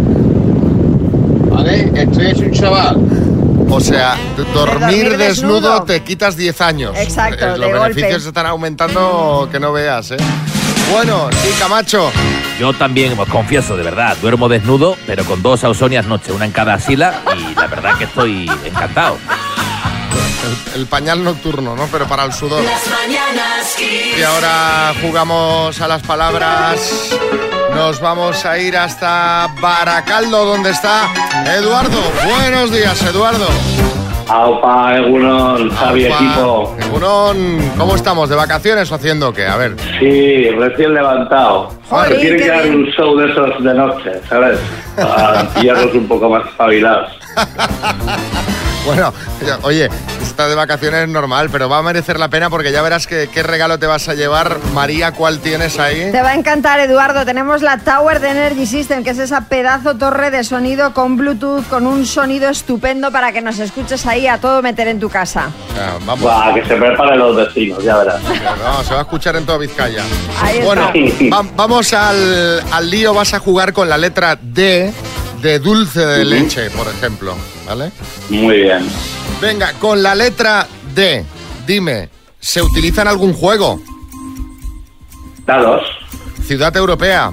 ¿Vale? Estoy hecho un chaval. O sea, d- dormir, dormir desnudo, desnudo. te quitas diez años. Exacto, Eh, de Los golpe. beneficios están aumentando que no veas, ¿eh? Bueno, sí, Camacho. Yo también, os confieso, de verdad, duermo desnudo, pero con dos ausonias noche, una en cada asila, y la verdad que estoy encantado. El, el pañal nocturno, ¿no? Pero para el sudor. Las mañanas Kiss. Y ahora jugamos a las palabras. Nos vamos a ir hasta Baracaldo, donde está Eduardo. Buenos días, Eduardo. Aupa, Egunon, Xavi, equipo. Egunon, ¿cómo estamos? ¿De vacaciones o haciendo qué? A ver. Sí, recién levantado. Joder, Se tiene qué que dar bien. un show de esos de noche, ¿sabes? Para pillarlos un poco más espabilados. Bueno, oye, está de vacaciones normal, pero va a merecer la pena porque ya verás que, qué regalo te vas a llevar. María, ¿cuál tienes ahí? Te va a encantar, Eduardo. Tenemos la Tower de Energy System, que es esa pedazo torre de sonido con Bluetooth, con un sonido estupendo para que nos escuches ahí a todo meter en tu casa. Ah, vamos. Va, que se preparen los vecinos, ya verás. No, se va a escuchar en toda Vizcaya. Ahí Bueno, está. va- vamos al, al lío. Vas a jugar con la letra D de dulce de Ujú. leche, por ejemplo, ¿vale? Muy bien. Venga, con la letra D, dime, ¿se utiliza en algún juego? Dados. Ciudad europea.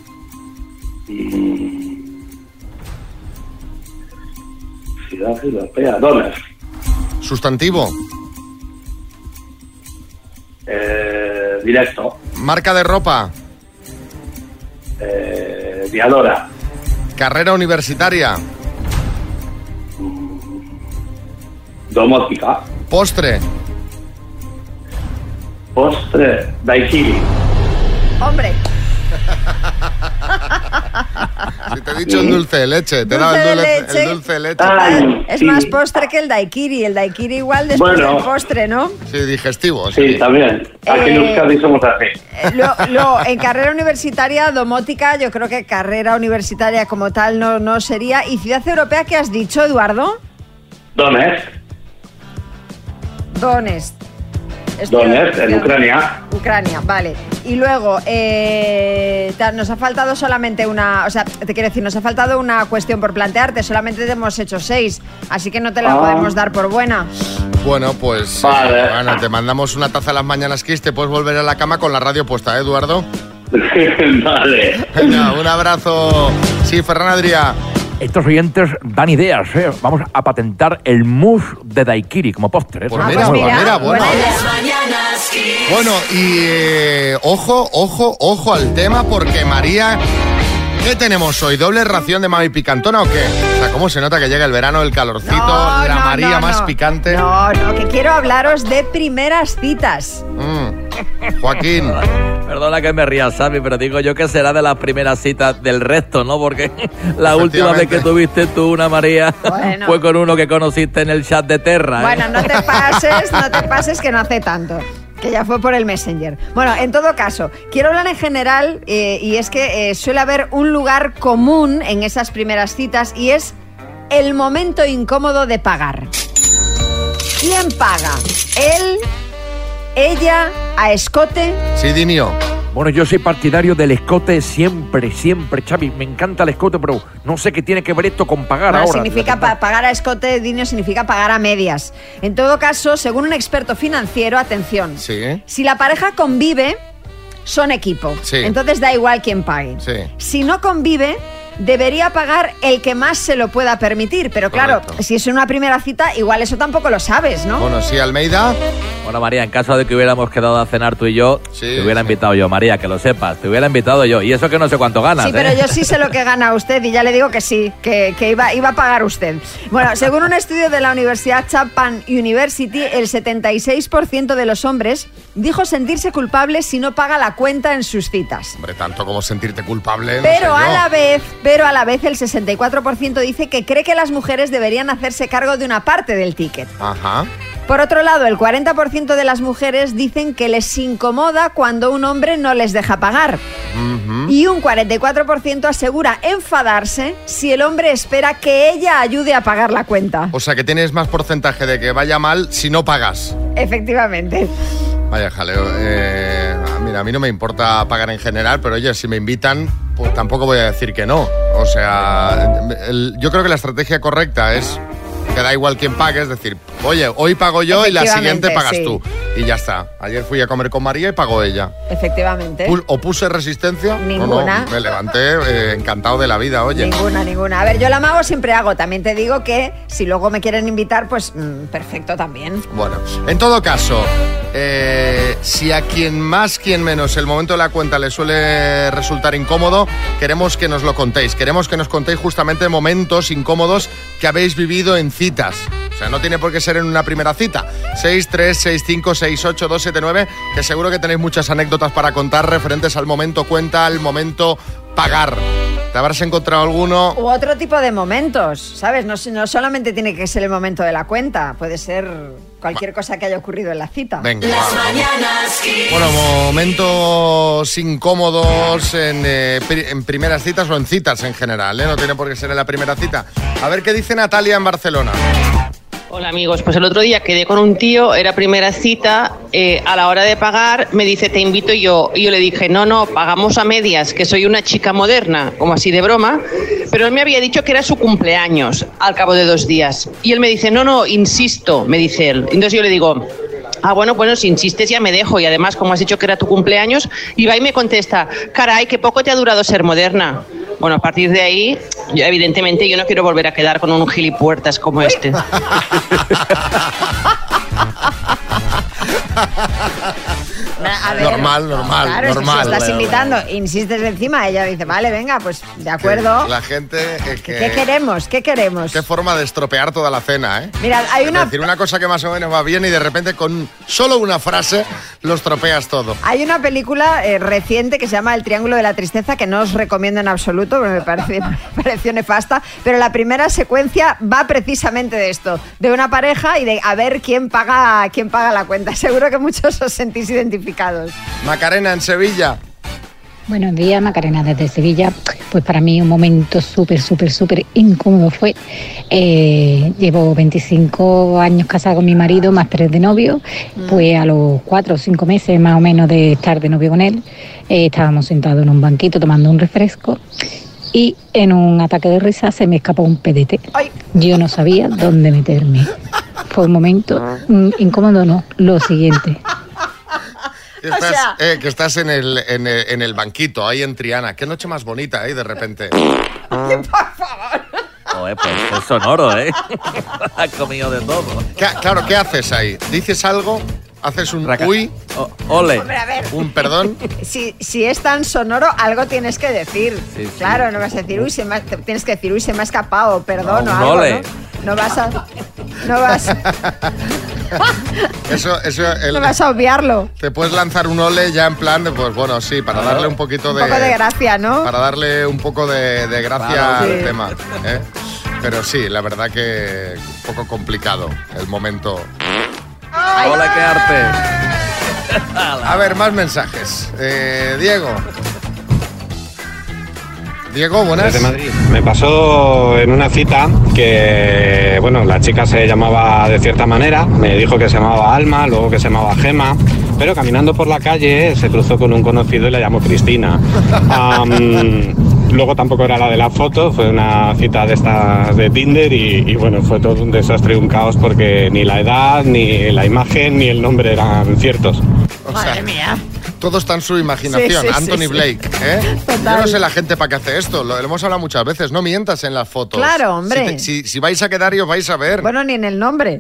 Ciudad europea. Dones. Sustantivo. Eh, directo. Marca de ropa. Eh, Diadora. Carrera universitaria. Domótica. Postre. Postre. Daiquiri. Hombre. Si te he dicho el dulce de leche, te he dado Dulce el de dulce, leche. el dulce de leche. Ay, Es sí. más postre que el daiquiri. El daiquiri igual después Bueno. del postre, ¿no? Sí, digestivo. Sí, también. Aquí en Eh, Euskadi somos así. Eh, Lo, lo- en carrera universitaria, domótica, yo creo que carrera universitaria como tal no, no sería. ¿Y ciudad europea qué has dicho, Eduardo? Donetsk. Donetsk. Estoy- Donetsk, en Ucrania. Ucrania, vale. Y luego, eh, ta- nos ha faltado solamente una... O sea, te quiero decir, nos ha faltado una cuestión por plantearte. Solamente te hemos hecho seis, así que no te la Ah. podemos dar por buena. Bueno, pues Vale. eh, bueno, te mandamos una taza a las mañanas, Kiss. Te puedes volver a la cama con la radio puesta, ¿eh, Eduardo? Vale. Venga, un abrazo. Sí, Ferran Adrià. Estos oyentes dan ideas, ¿eh? Vamos a patentar el mousse de daiquiri como postre. ¿eh? Pues Eso mira, es muy pues bueno. mira, bueno. Las mañanas Kiss. Bueno, y eh, ojo, ojo, ojo al tema porque María... ¿Qué tenemos hoy? ¿Doble ración de mami picantona o qué? O sea, ¿cómo se nota que llega el verano, el calorcito, No, la no, María no, más no. picante? No, no, que quiero hablaros de primeras citas. Mm. Joaquín. Perdona que me ría, Sammy, pero digo yo que será de las primeras citas del resto, ¿no? Porque la última vez que tuviste tú una María Bueno. fue con uno que conociste en el chat de Terra. ¿eh? Bueno, no te pases, no te pases que no hace tanto. Que ya fue por el Messenger. Bueno, en todo caso, quiero hablar en general eh, y es que eh, suele haber un lugar común en esas primeras citas y es el momento incómodo de pagar. ¿Quién paga? ¿Él? ¿Ella? ¿A escote? Sí, Dinio. Bueno, yo soy partidario del escote siempre, siempre, Xavi. Me encanta el escote, pero no sé qué tiene que ver esto con pagar Bueno, ahora. significa pa- pagar a escote, Dinio, significa pagar a medias. En todo caso, según un experto financiero, atención, Sí, si la pareja convive, son equipo. Sí. Entonces da igual quién pague. sí. Si no convive, debería pagar el que más se lo pueda permitir. Pero claro, Correcto. si es una primera cita, igual eso tampoco lo sabes, ¿no? Bueno, sí, Almeida. Bueno, María, en caso de que hubiéramos quedado a cenar tú y yo, te hubiera sí. invitado yo, María, que lo sepas, te hubiera invitado yo. Y eso que no sé cuánto ganas, Sí, pero ¿eh? yo sí sé lo que gana usted y ya le digo que sí, que, que iba, iba a pagar usted. Bueno, según un estudio de la Universidad Chapman University, el setenta y seis por ciento de los hombres dijo sentirse culpable si no paga la cuenta en sus citas. Hombre, tanto como sentirte culpable. no Pero sé a yo. la vez, pero a la vez el sesenta y cuatro por ciento dice que cree que las mujeres deberían hacerse cargo de una parte del ticket. Ajá. Por otro lado, el cuarenta por ciento de las mujeres dicen que les incomoda cuando un hombre no les deja pagar. Ujú. Y un cuarenta y cuatro por ciento asegura enfadarse si el hombre espera que ella ayude a pagar la cuenta. O sea, que tienes más porcentaje de que vaya mal si no pagas. Efectivamente. Vaya jaleo. Eh, mira, a mí no me importa pagar en general, pero oye, si me invitan, pues tampoco voy a decir que no. O sea, el- yo creo que la estrategia correcta es que da igual quién pague, es decir, oye, hoy pago yo y la Efectivamente, siguiente pagas sí. tú. Y ya está. Ayer fui a comer con María y pagó ella. Efectivamente. Pu- ¿O puse resistencia? No, Ninguna. no, me levanté eh, encantado de la vida, oye. Ninguna, ninguna. A ver, yo la mago siempre hago. También te digo que si luego me quieren invitar, pues mm, perfecto también. Bueno, en todo caso, eh, si a quien más, quien menos, el momento de la cuenta le suele resultar incómodo, queremos que nos lo contéis. Queremos que nos contéis justamente momentos incómodos que habéis vivido en citas. O sea, no tiene por qué ser en una primera cita. seis tres seis cinco seis ocho dos siete nueve, que seguro que tenéis muchas anécdotas para contar referentes al momento cuenta, al momento pagar. ¿Te habrás encontrado alguno? U otro tipo de momentos, ¿sabes? No, no solamente tiene que ser el momento de la cuenta, puede ser cualquier cosa que haya ocurrido en la cita. Venga, Las va. mañanas Kiss. Bueno, momentos incómodos en, eh, pri- en primeras citas o en citas en general, ¿eh? No tiene por qué ser en la primera cita. A ver qué dice Natalia en Barcelona. Hola amigos, pues el otro día quedé con un tío, era primera cita, eh, a la hora de pagar me dice te invito yo, y yo le dije no, no, pagamos a medias, que soy una chica moderna, como así de broma, pero él me había dicho que era su cumpleaños al cabo de dos días, y él me dice no, no, insisto, me dice él, entonces yo le digo ah, bueno, bueno, si insistes ya me dejo, y además como has dicho que era tu cumpleaños, y va y me contesta, caray, qué poco te ha durado ser moderna. Bueno, a partir de ahí, yo, evidentemente yo no quiero volver a quedar con un gilipuertas como este. A ver, normal, normal, claro, normal. Es que si estás invitando, insistes encima, ella dice, vale, venga, pues de acuerdo. Que la gente... eh, que, ¿Qué queremos? ¿Qué queremos? Qué forma de estropear toda la cena, ¿eh? Mira, hay Es una... decir, una cosa que más o menos va bien y de repente con solo una frase lo estropeas todo. Hay una película eh, reciente que se llama El Triángulo de la Tristeza, que no os recomiendo en absoluto, porque me, parece, me pareció nefasta, pero la primera secuencia va precisamente de esto, de una pareja y de a ver quién paga, quién paga la cuenta. Seguro que muchos os sentís identificados. Macarena, en Sevilla. Buenos días, Macarena, desde Sevilla. Pues para mí un momento súper, súper, súper incómodo fue. Eh, llevo veinticinco años casada con mi marido, más tres de novio. Mm. Pues a los cuatro o cinco meses más o menos de estar de novio con él, eh, estábamos sentados en un banquito tomando un refresco y en un ataque de risa se me escapó un pedete. Ay. Yo no sabía dónde meterme. Fue un momento mm, incómodo, no, lo siguiente. Que estás, O sea- eh, que estás en, el, en, el, en el banquito, ahí en Triana. Qué noche más bonita, ¿eh? De repente. Joder, pues es sonoro, ¿eh? Ha comido de todo. ¿Qué- claro, ¿qué haces ahí? ¿Dices algo? ¿Haces un uy? O- ole. Hombre, a ver. ¿Un perdón? Si, si es tan sonoro, algo tienes que decir. Sí, sí. Claro, no vas a decir, uy, se me ha- tienes que decir, uy, se me ha escapado, perdón No, o un algo, ole. ¿no? No vas a... No vas, Eso, eso el- no vas a obviarlo. te puedes lanzar un ole ya en plan de, pues bueno, sí, para darle un poquito Un de... poco de gracia, ¿no? Para darle un poco de, de gracia Claro, al sí. tema. ¿eh? Pero sí, la verdad que un poco complicado el momento. Ole, qué arte. A ver, más mensajes. Eh, Diego. Diego, buenas. Desde Madrid. Me pasó en una cita que, bueno, la chica se llamaba de cierta manera, me dijo que se llamaba Alma, luego que se llamaba Gema, pero caminando por la calle se cruzó con un conocido y la llamó Cristina. Am, luego tampoco era la de la foto, fue una cita de estas de Tinder y, y bueno, fue todo un desastre y un caos porque ni la edad, ni la imagen, ni el nombre eran ciertos. O Madre sea, mía. todo está en su imaginación. Sí, sí, Anthony sí, sí. Blake, ¿eh? Total. Yo no sé la gente para qué hace esto. Lo, lo hemos hablado muchas veces. No mientas en las fotos. Claro, hombre. Si, te- si, si vais a quedar y os vais a ver. Bueno, Bueno, ni en el nombre.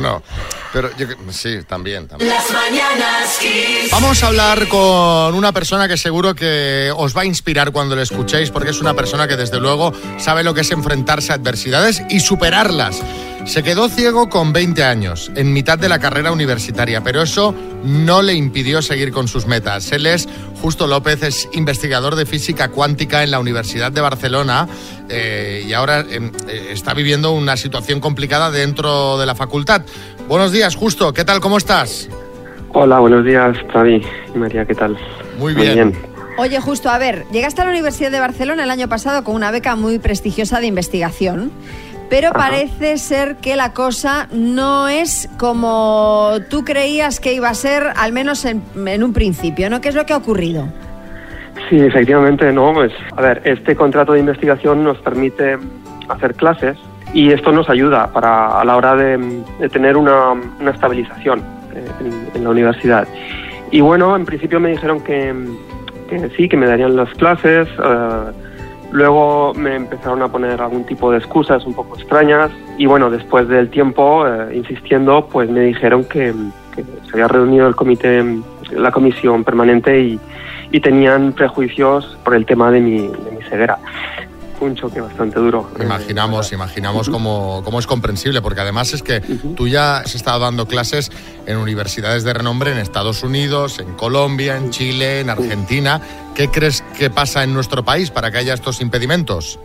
pero yo, que- sí, también, también. Las mañanas Kiss. Vamos a hablar con una persona que seguro que os va a inspirar cuando le escuchéis, porque es una persona que desde luego sabe lo que es enfrentarse a adversidades y superarlas. Se quedó ciego con veinte años, en mitad de la carrera universitaria, pero eso no le impidió seguir con sus metas. Él es Justo López, es investigador de física cuántica en la Universidad de Barcelona eh, y ahora eh, está viviendo una situación complicada dentro de la facultad. Buenos días, Justo, ¿qué tal? ¿Cómo estás? Hola, buenos días, Xavi y María, ¿qué tal? Muy bien. Oye, justo, a ver, llegaste a la Universidad de Barcelona el año pasado con una beca muy prestigiosa de investigación, pero Ajá. parece ser que la cosa no es como tú creías que iba a ser, al menos en, en un principio, ¿no? ¿Qué es lo que ha ocurrido? Sí, efectivamente, no, pues, a ver, este contrato de investigación nos permite hacer clases y esto nos ayuda para a la hora de, de tener una, una estabilización eh, en, en la universidad. Y bueno, en principio me dijeron que, que sí, que me darían las clases. eh, Luego me empezaron a poner algún tipo de excusas un poco extrañas y bueno, después del tiempo, eh, insistiendo, pues me dijeron que, que se había reunido el comité, la comisión permanente y, y tenían prejuicios por el tema de mi, de mi ceguera. un choque bastante duro. Imaginamos, imaginamos cómo, cómo es comprensible, porque además es que uh-huh. tú ya has estado dando clases en universidades de renombre en Estados Unidos, en Colombia, en Chile, en Argentina. ¿Qué crees que pasa en nuestro país para que haya estos impedimentos?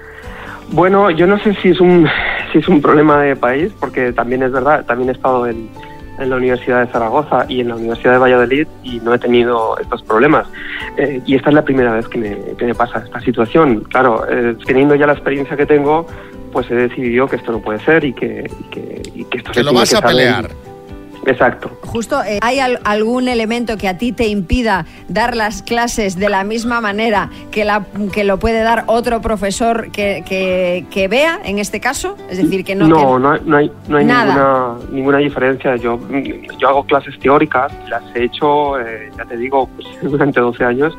Bueno, yo no sé si es un si es un problema de país, porque también es verdad, también he estado en, en la Universidad de Zaragoza y en la Universidad de Valladolid y no he tenido estos problemas. Eh, y esta es la primera vez que me, que me pasa esta situación. Claro, eh, teniendo ya la experiencia que tengo, pues he decidido que esto no puede ser y que, y que, y que esto que se lo tiene vas que a saber. pelear. Exacto. Justo, eh, ¿hay al, algún elemento que a ti te impida dar las clases de la misma manera que, la, que lo puede dar otro profesor que, que, que vea, en este caso? Es decir, que no... No, que... no hay, no hay, no hay ninguna, ninguna diferencia. Yo, yo hago clases teóricas, las he hecho, eh, ya te digo, pues, durante doce años.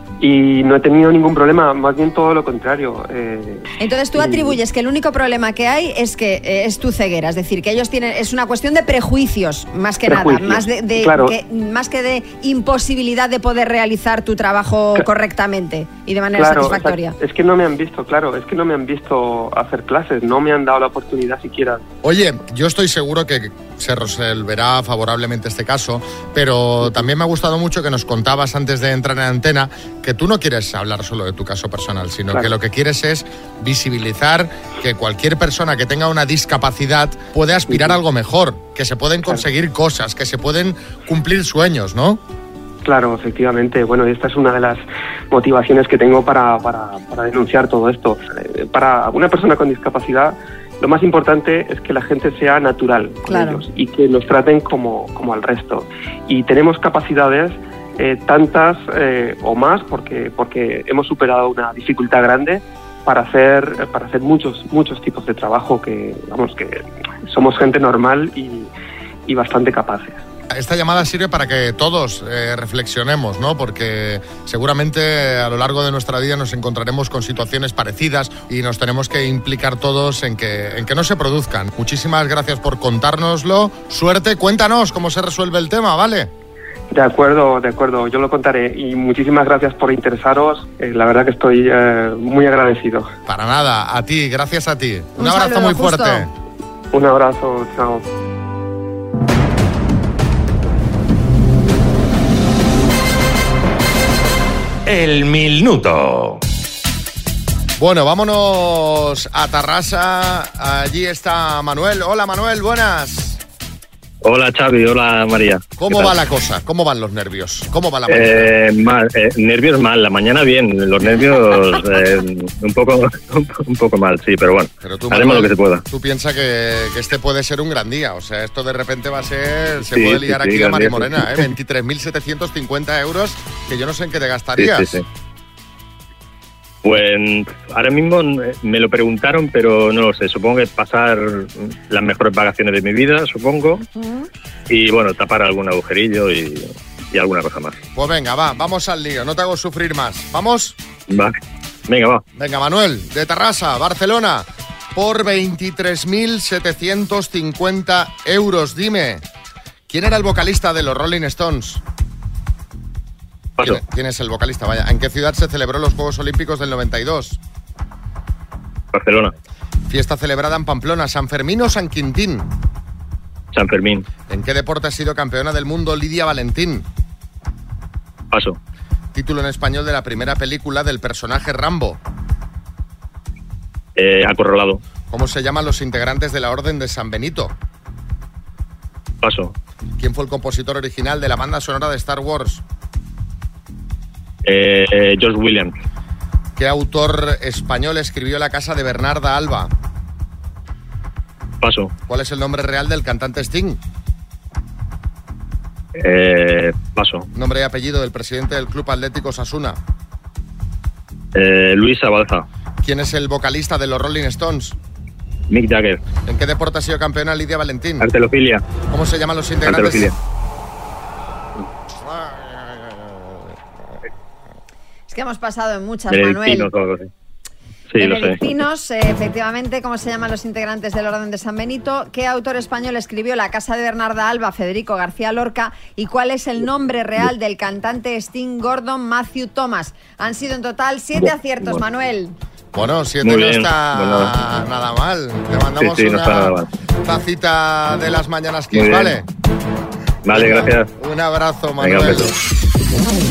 Y no he tenido ningún problema, más bien todo lo contrario. Eh, Entonces tú atribuyes que el único problema que hay es que eh, es tu ceguera, es decir, que ellos tienen, es una cuestión de prejuicios, más que prejuicios, nada, más de, de claro. que, más que de imposibilidad de poder realizar tu trabajo Cl- correctamente y de manera claro, satisfactoria. O sea, es que no me han visto, claro, es que no me han visto hacer clases, no me han dado la oportunidad siquiera. Oye, yo estoy seguro que se resolverá favorablemente este caso, pero también me ha gustado mucho que nos contabas antes de entrar en antena que tú no quieres hablar solo de tu caso personal, sino claro. que lo que quieres es visibilizar que cualquier persona que tenga una discapacidad puede aspirar a algo mejor, que se pueden conseguir claro. cosas, que se pueden cumplir sueños, ¿no? Claro, efectivamente. Bueno, esta es una de las motivaciones que tengo para, para, para denunciar todo esto. Para una persona con discapacidad, lo más importante es que la gente sea natural con claro. ellos y que los traten como, como al resto. Y tenemos capacidades eh, tantas eh, o más porque, porque hemos superado una dificultad grande para hacer, para hacer muchos, muchos tipos de trabajo que, vamos, que somos gente normal y, y bastante capaces. Esta llamada sirve para que todos eh, reflexionemos, ¿no? Porque seguramente a lo largo de nuestra vida nos encontraremos con situaciones parecidas y nos tenemos que implicar todos en que, en que no se produzcan. Muchísimas gracias por contárnoslo. Suerte, cuéntanos cómo se resuelve el tema, ¿vale? De acuerdo, de acuerdo, yo lo contaré. Y muchísimas gracias por interesaros. Eh, la verdad que estoy eh, muy agradecido. Para nada, a ti, gracias a ti. Un, Un abrazo saludo, muy justo. fuerte. Un abrazo, chao. El minuto. Bueno, vámonos a Tarrasa. Allí está Manuel. Hola, Manuel, buenas. Hola, Xavi. Hola, María. ¿Cómo va la cosa? ¿Cómo van los nervios? ¿Cómo va la mañana? Eh, mal, eh, nervios mal, la mañana bien. Los nervios eh, un poco un poco mal, sí, pero bueno. Pero tú, haremos Manuel, lo que se pueda. Tú piensas que, que este puede ser un gran día. O sea, esto de repente va a ser... Se sí, puede liar sí, sí, aquí a Mari día, Morena, sí. ¿eh? veintitrés mil setecientos cincuenta euros, que yo no sé en qué te gastarías. Sí, sí, sí. Pues ahora mismo me lo preguntaron, pero no lo sé. Supongo que pasar las mejores vacaciones de mi vida, supongo. Uh-huh. Y bueno, tapar algún agujerillo y, y alguna cosa más. Pues venga, va, vamos al lío. No te hago sufrir más. ¿Vamos? Vale. Venga, va. Venga, Manuel, de Tarrasa, Barcelona, por veintitrés mil setecientos cincuenta euros. Dime, ¿quién era el vocalista de los Rolling Stones? ¿Quién, ¿Quién es el vocalista? Vaya, ¿en qué ciudad se celebró los Juegos Olímpicos del noventa y dos? Barcelona. Fiesta celebrada en Pamplona, ¿San Fermín o San Quintín? San Fermín. ¿En qué deporte ha sido campeona del mundo Lidia Valentín? Paso. Título en español de la primera película del personaje Rambo. Eh, acorralado. ¿Cómo se llaman los integrantes de la Orden de San Benito? Paso. ¿Quién fue el compositor original de la banda sonora de Star Wars? Eh, eh, George Williams. ¿Qué autor español escribió La casa de Bernarda Alba? Paso. ¿Cuál es el nombre real del cantante Sting? Eh, paso. Nombre y apellido del presidente del Club Atlético Osasuna. Eh, Luis Abalza. ¿Quién es el vocalista de los Rolling Stones? Mick Jagger. ¿En qué deporte ha sido campeona Lidia Valentín? Artelofilia. ¿Cómo se llaman los integrantes? Artelofilia. Es que hemos pasado en muchas, Manuel. O algo así. Sí, Benedictinos, eh, efectivamente, ¿cómo se llaman los integrantes del Orden de San Benito? ¿Qué autor español escribió La casa de Bernarda Alba, Federico García Lorca? ¿Y cuál es el nombre real del cantante Sting Gordon Matthew Thomas? Han sido en total siete aciertos, Manuel. Bueno, siete Muy no bien, está bueno. nada mal. Te mandamos Sí, sí, no está nada una mal. tacita de las mañanas Muy Kiss, bien. ¿vale? Vale, Venga, gracias. Un abrazo, Venga, un Manuel. beso.